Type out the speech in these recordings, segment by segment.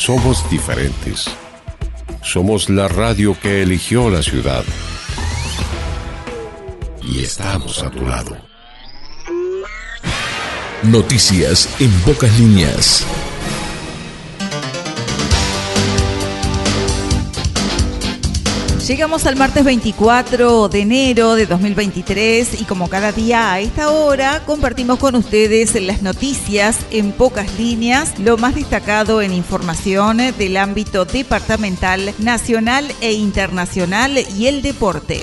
somos diferentes. Somos la radio que eligió la ciudad. Y estamos a tu lado. Noticias en pocas líneas. Llegamos al martes 24 de enero de 2023 y como cada día a esta hora compartimos con ustedes las noticias en pocas líneas, lo más destacado en información del ámbito departamental, nacional e internacional y el deporte.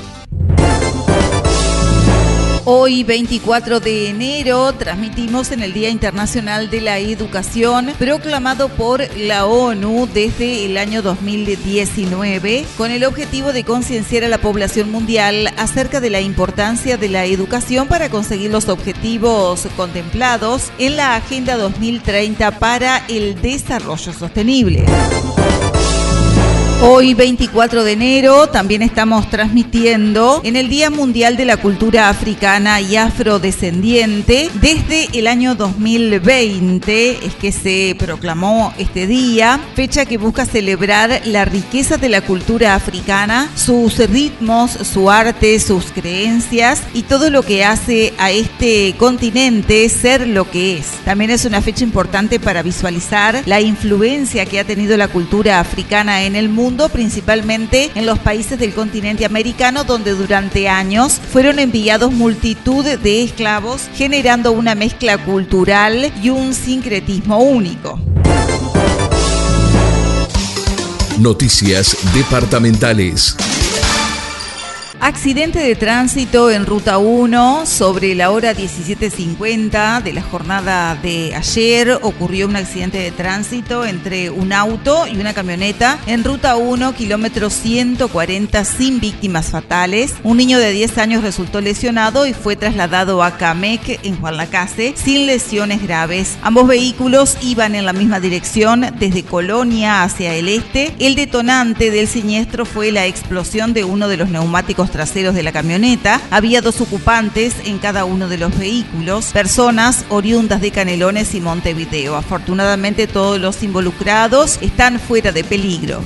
Hoy, 24 de enero, transmitimos en el Día Internacional de la Educación, proclamado por la ONU desde el año 2019, con el objetivo de concienciar a la población mundial acerca de la importancia de la educación para conseguir los objetivos contemplados en la Agenda 2030 para el Desarrollo Sostenible. Hoy, 24 de enero, también estamos transmitiendo en el Día Mundial de la Cultura Africana y Afrodescendiente. Desde el año 2020 es que se proclamó este día, fecha que busca celebrar la riqueza de la cultura africana, sus ritmos, su arte, sus creencias y todo lo que hace a este continente ser lo que es. También es una fecha importante para visualizar la influencia que ha tenido la cultura africana en el mundo, principalmente en los países del continente americano, donde durante años fueron enviados multitud de esclavos, generando una mezcla cultural y un sincretismo único. Noticias departamentales. Accidente de tránsito en Ruta 1 sobre la hora 17:50 de la jornada de ayer. Ocurrió un accidente de tránsito entre un auto y una camioneta en Ruta 1, kilómetro 140, sin víctimas fatales. Un niño de 10 años resultó lesionado y fue trasladado a Camec, en Juan Lacase, sin lesiones graves. Ambos vehículos iban en la misma dirección desde Colonia hacia el este. El detonante del siniestro fue la explosión de uno de los neumáticos traseros de la camioneta. Había 2 ocupantes en cada uno de los vehículos, personas oriundas de Canelones y Montevideo. Afortunadamente todos los involucrados están fuera de peligro.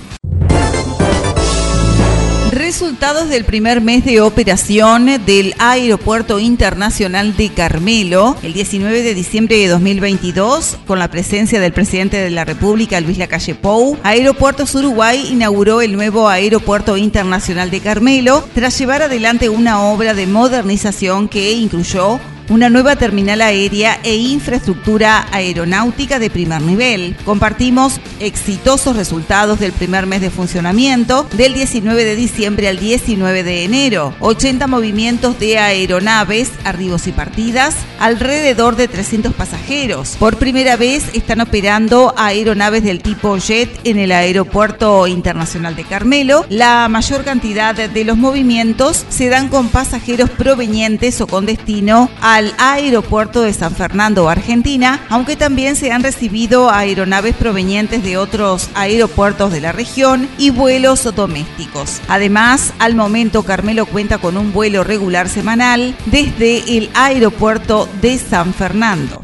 Resultados del primer mes de operación del Aeropuerto Internacional de Carmelo. El 19 de diciembre de 2022, con la presencia del presidente de la República, Luis Lacalle Pou, Aeropuertos Uruguay inauguró el nuevo Aeropuerto Internacional de Carmelo, tras llevar adelante una obra de modernización que incluyó una nueva terminal aérea e infraestructura aeronáutica de primer nivel. Compartimos exitosos resultados del primer mes de funcionamiento, del 19 de diciembre al 19 de enero. 80 movimientos de aeronaves, arribos y partidas, alrededor de 300 pasajeros. Por primera vez están operando aeronaves del tipo jet en el Aeropuerto Internacional de Carmelo. La mayor cantidad de los movimientos se dan con pasajeros provenientes o con destino al aeropuerto de San Fernando, Argentina, aunque también se han recibido aeronaves provenientes de otros aeropuertos de la región y vuelos domésticos. Además, al momento Carmelo cuenta con un vuelo regular semanal desde el aeropuerto de San Fernando.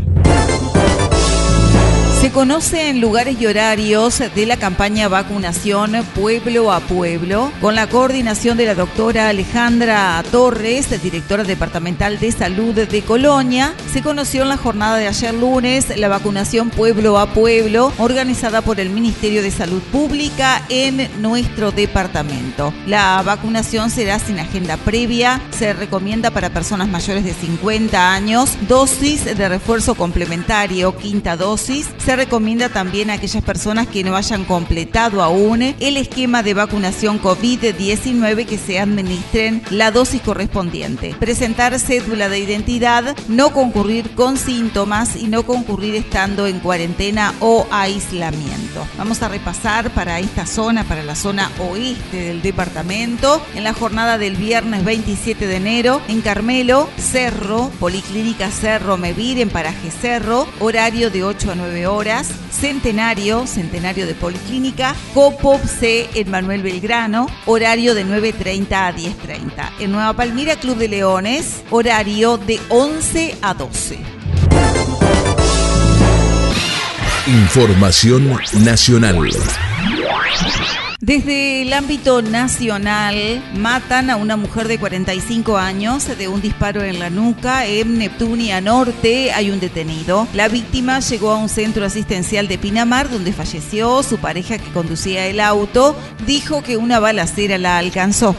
Se conocen lugares y horarios de la campaña vacunación Pueblo a Pueblo, con la coordinación de la doctora Alejandra Torres, directora departamental de salud de Colonia. Se conoció en la jornada de ayer lunes la vacunación Pueblo a Pueblo, organizada por el Ministerio de Salud Pública en nuestro departamento. La vacunación será sin agenda previa. Se recomienda para personas mayores de 50 años, dosis de refuerzo complementario, quinta dosis. Se recomienda también a aquellas personas que no hayan completado aún el esquema de vacunación COVID-19 que se administren la dosis correspondiente. Presentar cédula de identidad, no concurrir con síntomas y no concurrir estando en cuarentena o aislamiento. Vamos a repasar para esta zona, para la zona oeste del departamento, en la jornada del viernes 27 de enero, en Carmelo, Cerro, Policlínica Cerro Mevir, en Paraje Cerro, horario de 8 a 9 horas. Centenario de Policlínica, Copop C en Manuel Belgrano, horario de 9:30 a 10:30. En Nueva Palmira, Club de Leones, horario de 11 a 12. Información nacional. Desde el ámbito nacional, matan a una mujer de 45 años de un disparo en la nuca. En Neptunia Norte hay un detenido. La víctima llegó a un centro asistencial de Pinamar, donde falleció. Su pareja, que conducía el auto, dijo que una balacera la alcanzó.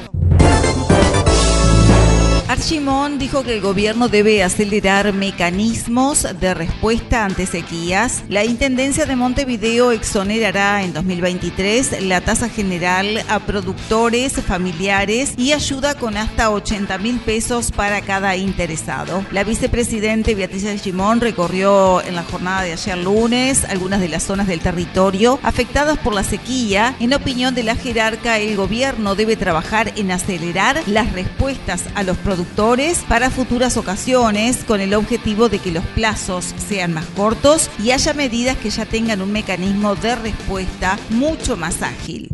Archimón dijo que el gobierno debe acelerar mecanismos de respuesta ante sequías. La Intendencia de Montevideo exonerará en 2023 la tasa general a productores, familiares y ayuda con hasta 80.000 pesos para cada interesado. La vicepresidente Beatriz Archimón recorrió en la jornada de ayer lunes algunas de las zonas del territorio afectadas por la sequía. En opinión de la jerarca, el gobierno debe trabajar en acelerar las respuestas a los productores para futuras ocasiones, con el objetivo de que los plazos sean más cortos y haya medidas que ya tengan un mecanismo de respuesta mucho más ágil.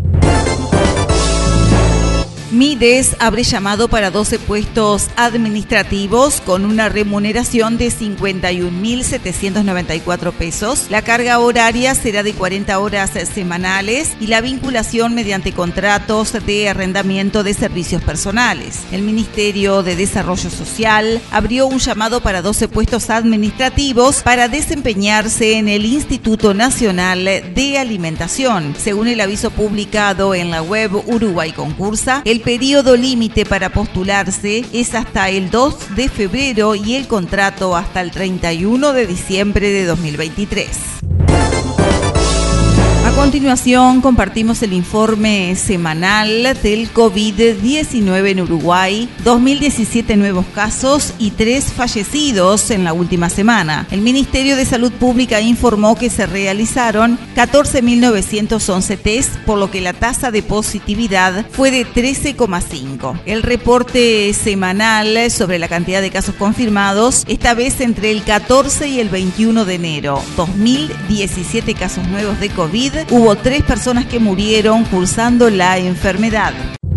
Mides abre llamado para 12 puestos administrativos con una remuneración de 51.794 pesos. La carga horaria será de 40 horas semanales y la vinculación mediante contratos de arrendamiento de servicios personales. El Ministerio de Desarrollo Social abrió un llamado para 12 puestos administrativos para desempeñarse en el Instituto Nacional de Alimentación. Según el aviso publicado en la web Uruguay Concursa, el periodo límite para postularse es hasta el 2 de febrero y el contrato hasta el 31 de diciembre de 2023. A continuación, compartimos el informe semanal del COVID-19 en Uruguay. 2.017 nuevos casos y 3 fallecidos en la última semana. El Ministerio de Salud Pública informó que se realizaron 14.911 test, por lo que la tasa de positividad fue de 13,5. El reporte semanal sobre la cantidad de casos confirmados, esta vez entre el 14 y el 21 de enero. 2.017 casos nuevos de COVID. Hubo 3 personas que murieron cursando la enfermedad.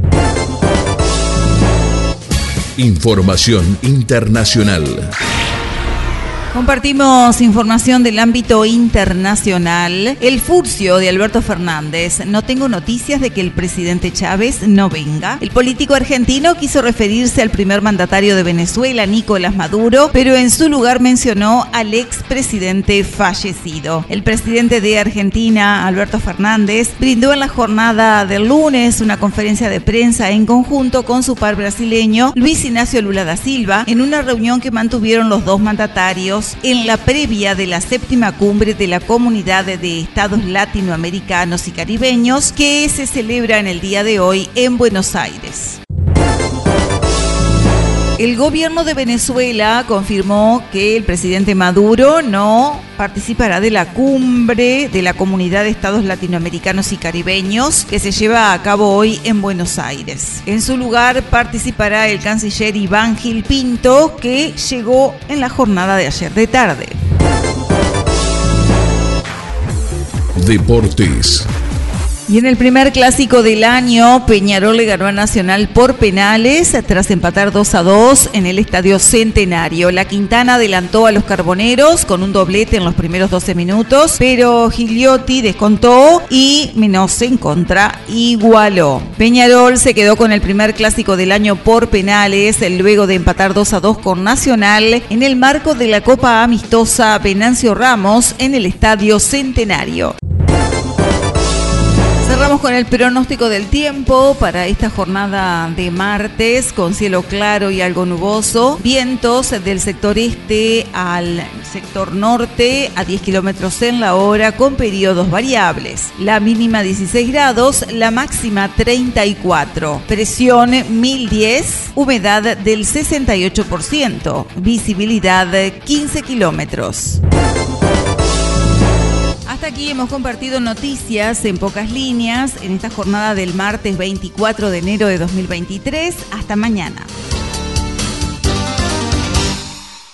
Información internacional. Compartimos información del ámbito internacional. El furcio de Alberto Fernández: no tengo noticias de que el presidente Chávez no venga. El político argentino quiso referirse al primer mandatario de Venezuela, Nicolás Maduro, pero en su lugar mencionó al expresidente fallecido. El presidente de Argentina, Alberto Fernández, brindó en la jornada del lunes una conferencia de prensa en conjunto con su par brasileño, Luis Ignacio Lula da Silva, en una reunión que mantuvieron los dos mandatarios en la previa de la 7ª cumbre de la Comunidad de Estados Latinoamericanos y Caribeños, que se celebra en el día de hoy en Buenos Aires. El gobierno de Venezuela confirmó que el presidente Maduro no participará de la cumbre de la Comunidad de Estados Latinoamericanos y Caribeños que se lleva a cabo hoy en Buenos Aires. En su lugar participará el canciller Iván Gil Pinto, que llegó en la jornada de ayer de tarde. Deportes. Y en el primer clásico del año, Peñarol le ganó a Nacional por penales tras empatar 2-2 en el Estadio Centenario. La Quintana adelantó a los carboneros con un doblete en los primeros 12 minutos, pero Gigliotti descontó y Menose en contra igualó. Peñarol se quedó con el primer clásico del año por penales luego de empatar 2-2 con Nacional en el marco de la Copa Amistosa Venancio Ramos en el Estadio Centenario. Cerramos con el pronóstico del tiempo para esta jornada de martes, con cielo claro y algo nuboso, vientos del sector este al sector norte a 10 kilómetros en la hora con periodos variables. La mínima 16 grados, la máxima 34, presión 1010, humedad del 68%, visibilidad 15 kilómetros. Hasta aquí hemos compartido noticias en pocas líneas en esta jornada del martes 24 de enero de 2023. Hasta mañana.